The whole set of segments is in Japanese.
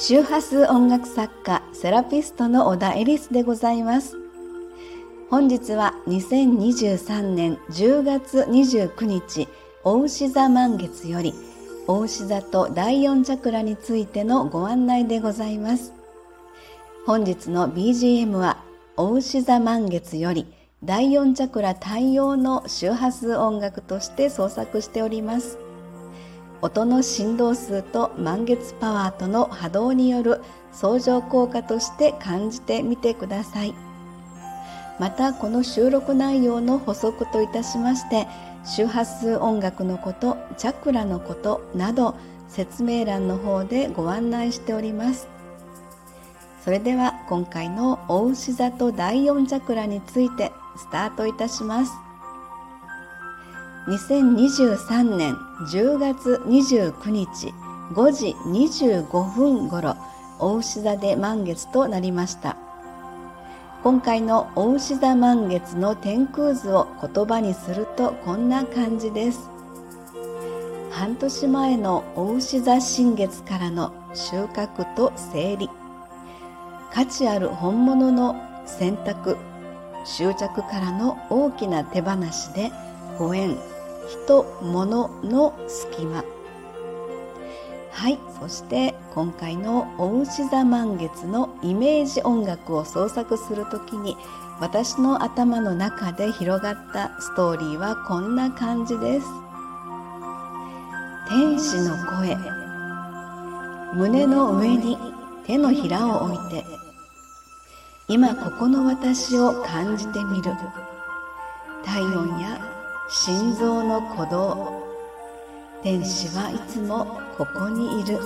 周波数音楽作家セラピストの小田エリスでございます。本日は2023年10月29日牡牛座満月より牡牛座と第4チャクラについてのご案内でございます。本日の BGM は牡牛座満月より第4チャクラ対応の周波数音楽として創作しております。音の振動数と満月パワーとの波動による相乗効果として感じてみてください。またこの収録内容の補足といたしまして、周波数音楽のこと、チャクラのことなど説明欄の方でご案内しております。それでは今回の牡牛座と第4チャクラについてスタートいたします。2023年10月29日5時25分頃、牡牛座で満月となりました。今回の牡牛座満月の天空図を言葉にするとこんな感じです。半年前の牡牛座新月からの収穫と整理、価値ある本物の選択、執着からの大きな手放しでご縁、人物の隙間。はい、そして今回の牡牛座満月のイメージ音楽を創作するときに私の頭の中で広がったストーリーはこんな感じです。天使の声、胸の上に手のひらを置いて今ここの私を感じてみる。体温や心臓の鼓動、天使はいつもここにいる。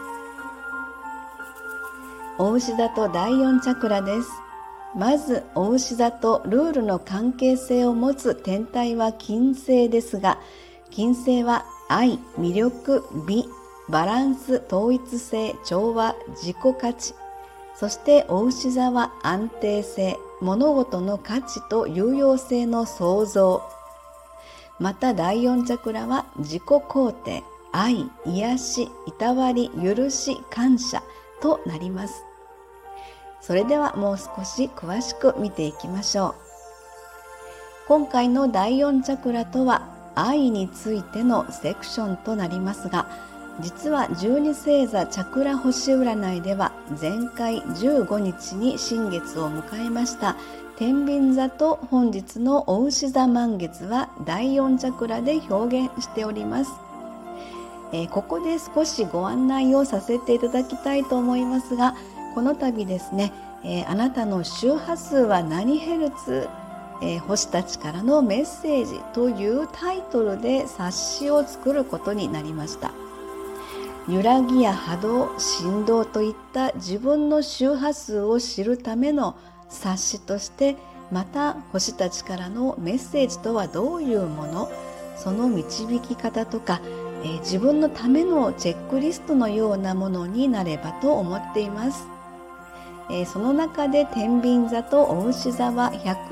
牡牛座と第4チャクラです。まず牡牛座とルールの関係性を持つ天体は金星ですが、金星は愛、魅力、美、バランス、統一性、調和、自己価値。そして牡牛座は安定性、物事の価値と有用性の創造。また第4チャクラは自己肯定、愛、癒し、いたわり、許し、感謝となります。それではもう少し詳しく見ていきましょう。今回の第4チャクラとは愛についてのセクションとなりますが、実は12星座チャクラ星占いでは前回15日に新月を迎えました天秤座と本日の牡牛座満月は第4チャクラで表現しております。ここで少しご案内をさせていただきたいと思いますが、この度ですね、あなたの周波数は何ヘルツ、星たちからのメッセージというタイトルで冊子を作ることになりました。揺らぎや波動、振動といった自分の周波数を知るための冊子として、また星たちからのメッセージとはどういうもの、その導き方とか、自分のためのチェックリストのようなものになればと思っています。その中で天秤座と牡牛座は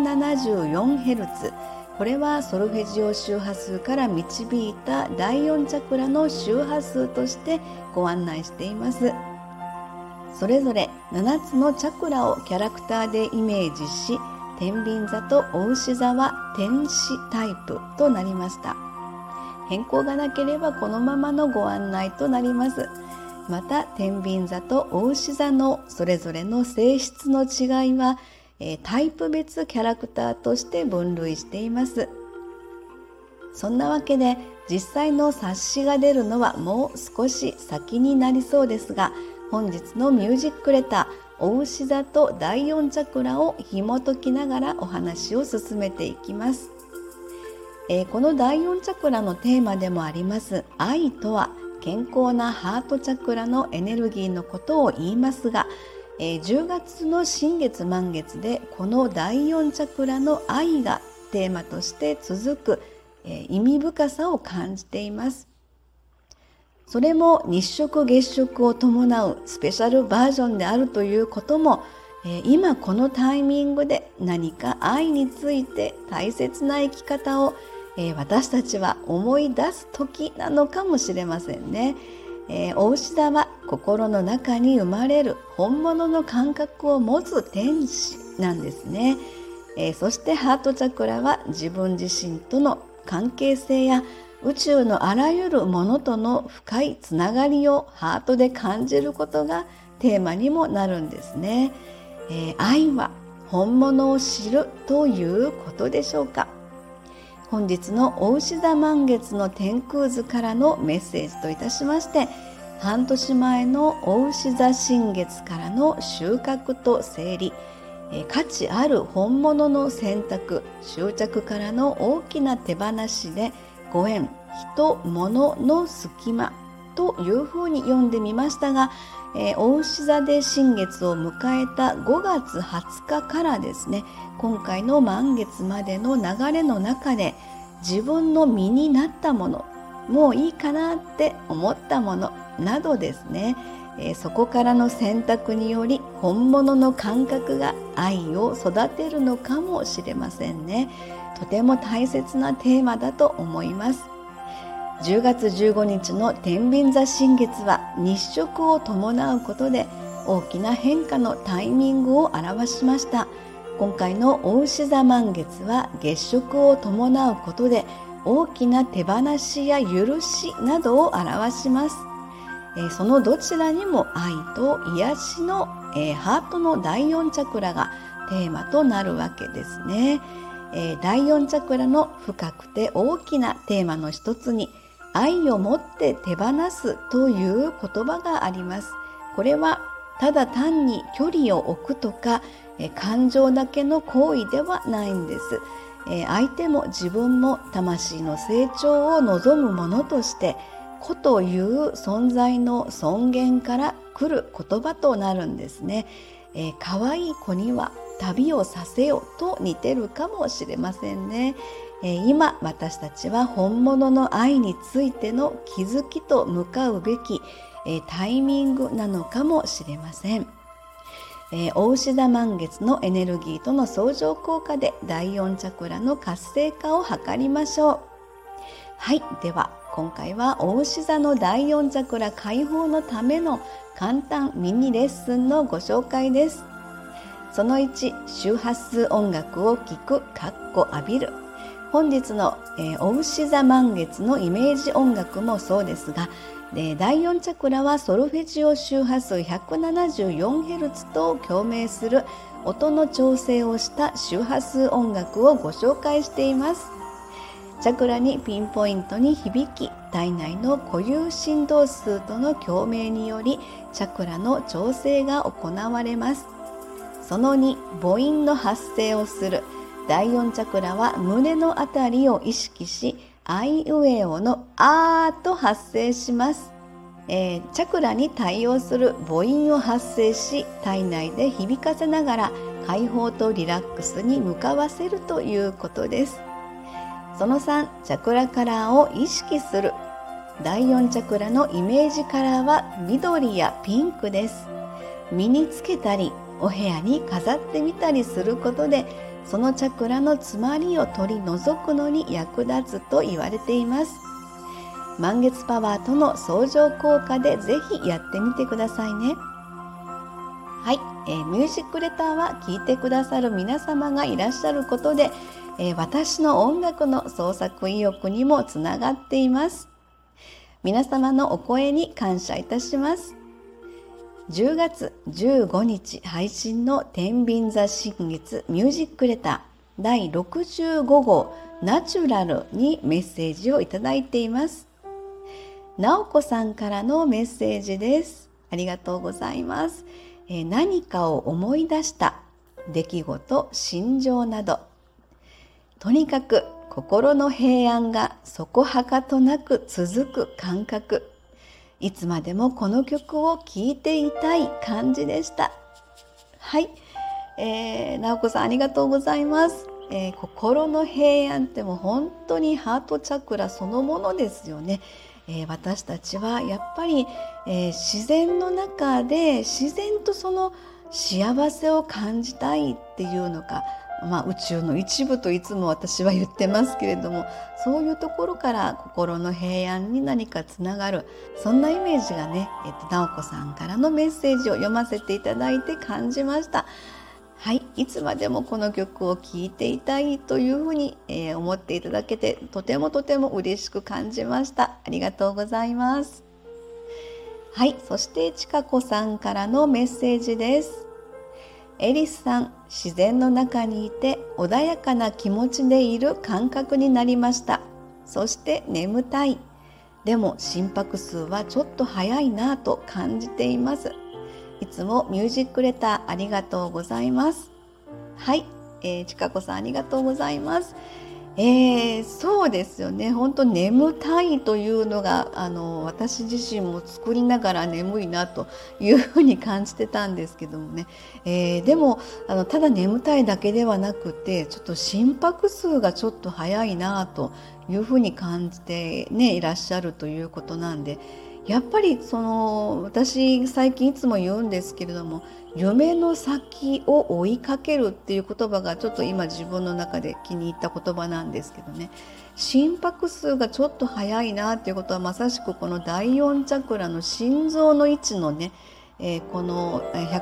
174Hz、これはソルフェジオ周波数から導いた第4チャクラの周波数としてご案内しています。それぞれ7つのチャクラをキャラクターでイメージし、天秤座と牡牛座は天使タイプとなりました。変更がなければこのままのご案内となります。また天秤座と牡牛座のそれぞれの性質の違いはタイプ別キャラクターとして分類しています。そんなわけで実際の冊子が出るのはもう少し先になりそうですが、本日のミュージックレター牡牛座と第4チャクラを紐解きながらお話を進めていきます。この第4チャクラのテーマでもあります愛とは健康なハートチャクラのエネルギーのことを言いますが、10月の新月満月でこの第4チャクラの愛がテーマとして続く、意味深さを感じています。それも日食月食を伴うスペシャルバージョンであるということも、今このタイミングで何か愛について大切な生き方を、私たちは思い出す時なのかもしれませんね。 お牛座は心の中に生まれる本物の感覚を持つ天使なんですね。そしてハートチャクラは自分自身との関係性や宇宙のあらゆるものとの深いつながりをハートで感じることがテーマにもなるんですね。愛は本物を知るということでしょうか。本日のお牛座満月の天空図からのメッセージといたしまして、半年前のお牛座新月からの収穫と整理、価値ある本物の選択、執着からの大きな手放しでご縁、人、物の隙間というふうに読んでみましたが、お牛座で新月を迎えた5月20日からですね、今回の満月までの流れの中で自分の身になったもの、もういいかなって思ったものなどですね、そこからの選択により本物の感覚が愛を育てるのかもしれませんね。とても大切なテーマだと思います。10月15日の天秤座新月は日食を伴うことで大きな変化のタイミングを表しました。今回のお牛座満月は月食を伴うことで大きな手放しや許しなどを表します。そのどちらにも愛と癒しの、ハートの第4チャクラがテーマとなるわけですね。第4チャクラの深くて大きなテーマの一つに愛を持って手放すという言葉があります。これはただ単に距離を置くとか感情だけの行為ではないんです。相手も自分も魂の成長を望むものとして子という存在の尊厳から来る言葉となるんですね。可愛い子には旅をさせよと似てるかもしれませんね。今私たちは本物の愛についての気づきと向かうべきタイミングなのかもしれません。お牛座満月のエネルギーとの相乗効果で第4チャクラの活性化を図りましょう。はい、では今回はお牛座の第4チャクラ解放のための簡単ミニレッスンのご紹介です。その1、周波数音楽を聴く浴びる。本日の、お牛座満月のイメージ音楽もそうですが、第4チャクラはソルフェジオ周波数 174Hz と共鳴する音の調整をした周波数音楽をご紹介しています。チャクラにピンポイントに響き、体内の固有振動数との共鳴によりチャクラの調整が行われます。その2、母音の発声をする。第4チャクラは胸のあたりを意識し、あいうえおのあーと発声します。チャクラに対応する母音を発声し、体内で響かせながら解放とリラックスに向かわせるということです。その3、チャクラカラーを意識する。第4チャクラのイメージカラーは緑やピンクです。身につけたり、お部屋に飾ってみたりすることで、そのチャクラの詰まりを取り除くのに役立つと言われています。満月パワーとの相乗効果でぜひやってみてくださいね。はい、ミュージックレターは聴いてくださる皆様がいらっしゃることで、私の音楽の創作意欲にもつながっています。皆様のお声に感謝いたします。10月15日配信の天秤座新月ミュージックレター第65号ナチュラルにメッセージをいただいています。なおこさんからのメッセージです。ありがとうございます。何かを思い出した出来事、心情など、とにかく心の平安がそこはかとなく続く感覚。いつまでもこの曲を聴いていたい感じでした。はい、なおこさんありがとうございます。心の平安ってもう本当にハートチャクラそのものですよね。私たちはやっぱり、自然の中で自然とその幸せを感じたいっていうのか、 宇宙の一部といつも私は言ってますけれども、そういうところから心の平安に何かつながる、そんなイメージがね、直子さんからのメッセージを読ませていただいて感じました。はい、いつまでもこの曲を聴いていたいというふうに、思っていただけてとても嬉しく感じました。ありがとうございます。はい、そしてちかこさんからのメッセージです。エリスさん、自然の中にいて穏やかな気持ちでいる感覚になりました。そして眠たい。でも心拍数はちょっと早いなぁと感じています。いつもミュージックレターありがとうございます。はい、ちかこさんありがとうございます。そうですよね。本当眠たいというのが私自身も作りながら眠いなというふうに感じてたんですけどもね、でもただ眠たいだけではなくて、ちょっと心拍数がちょっと早いなというふうに感じてねいらっしゃるということなんで、やっぱり私最近いつも言うんですけれども、夢の先を追いかけるっていう言葉がちょっと今自分の中で気に入った言葉なんですけどね、心拍数がちょっと早いなっていうことはまさしくこの第4チャクラの心臓の位置のね、この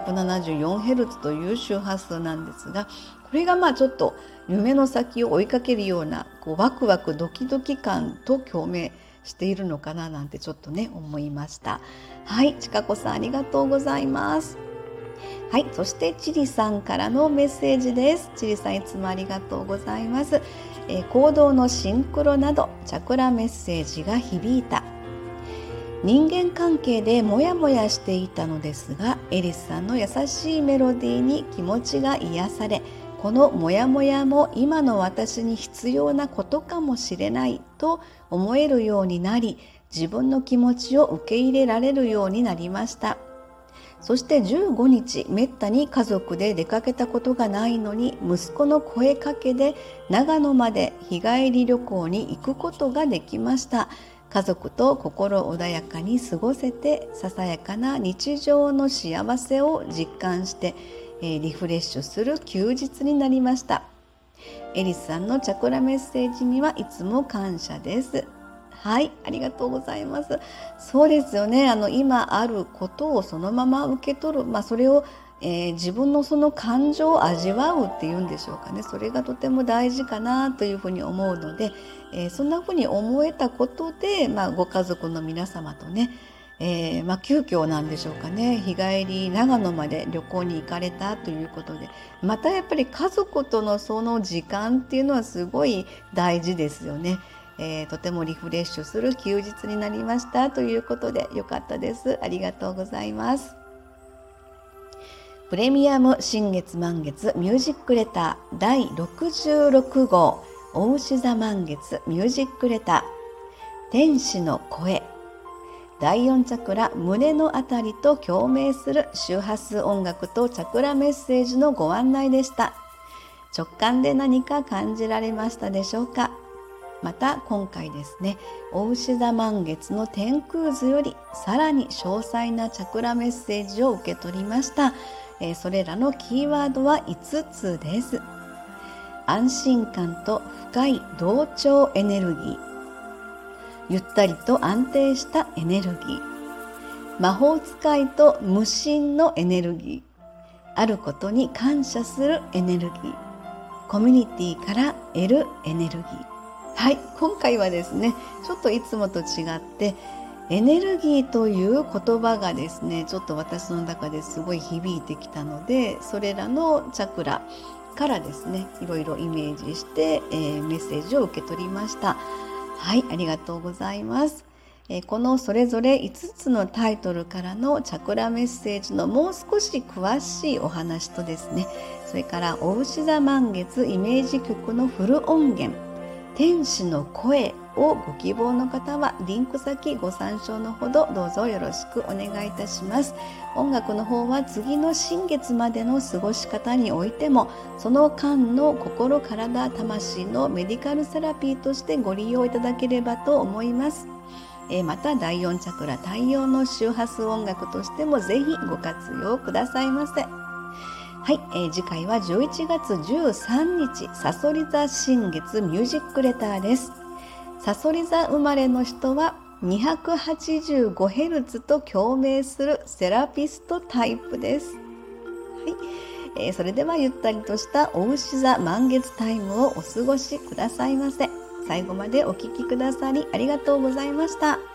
174Hz という周波数なんですが、これがちょっと夢の先を追いかけるようなワクワクドキドキ感と共鳴しているのかななんてちょっとね思いました。はい、ちかこさんありがとうございます。はい、そしてちりさんからのメッセージです。ちりさんいつもありがとうございます。行動のシンクロなどチャクラメッセージが響いた。人間関係でモヤモヤしていたのですが、エリスさんの優しいメロディーに気持ちが癒され、このモヤモヤも今の私に必要なことかもしれないと思えるようになり、自分の気持ちを受け入れられるようになりました。そして15日、めったに家族で出かけたことがないのに、息子の声かけで長野まで日帰り旅行に行くことができました。家族と心穏やかに過ごせて、ささやかな日常の幸せを実感してリフレッシュする休日になりました。エリスさんのチャクラメッセージにはいつも感謝です。はい、ありがとうございます。そうですよね。今あることをそのまま受け取る、それを、自分のその感情を味わうっていうんでしょうかね。それがとても大事かなというふうに思うので、そんなふうに思えたことで、ご家族の皆様とね、急遽なんでしょうかね、日帰り長野まで旅行に行かれたということで、またやっぱり家族とのその時間っていうのはすごい大事ですよね。とてもリフレッシュする休日になりましたということでよかったです。ありがとうございます。プレミアム新月満月ミュージックレター第66号お牛座満月ミュージックレター、天使の声。第4チャクラ胸のあたりと共鳴する周波数音楽とチャクラメッセージのご案内でした。直感で何か感じられましたでしょうか。また今回ですね、お牛座満月の天空図よりさらに詳細なチャクラメッセージを受け取りました。それらのキーワードは5つです。安心感と深い同調エネルギー、ゆったりと安定したエネルギー、魔法使いと無心のエネルギー、あることに感謝するエネルギー、コミュニティから得るエネルギー。はい、今回はですね、ちょっといつもと違ってエネルギーという言葉がですね、ちょっと私の中ですごい響いてきたので、それらのチャクラからですね、いろいろイメージして、メッセージを受け取りました。はい、ありがとうございます。このそれぞれ5つのタイトルからのチャクラメッセージのもう少し詳しいお話とですね、それからお牛座満月イメージ曲のフル音源、天使の声をご希望の方はリンク先ご参照のほどどうぞよろしくお願いいたします。音楽の方は次の新月までの過ごし方においても、その間の心体魂のメディカルセラピーとしてご利用いただければと思います。また第4チャクラ太陽の周波数音楽としてもぜひご活用くださいませ。 はい、次回は11月13日、さそり座新月ミュージックレターです。さそり座生まれの人は 285Hz と共鳴するセラピストタイプです。はい、それではゆったりとしたお牛座満月タイムをお過ごしくださいませ。最後までお聞きくださりありがとうございました。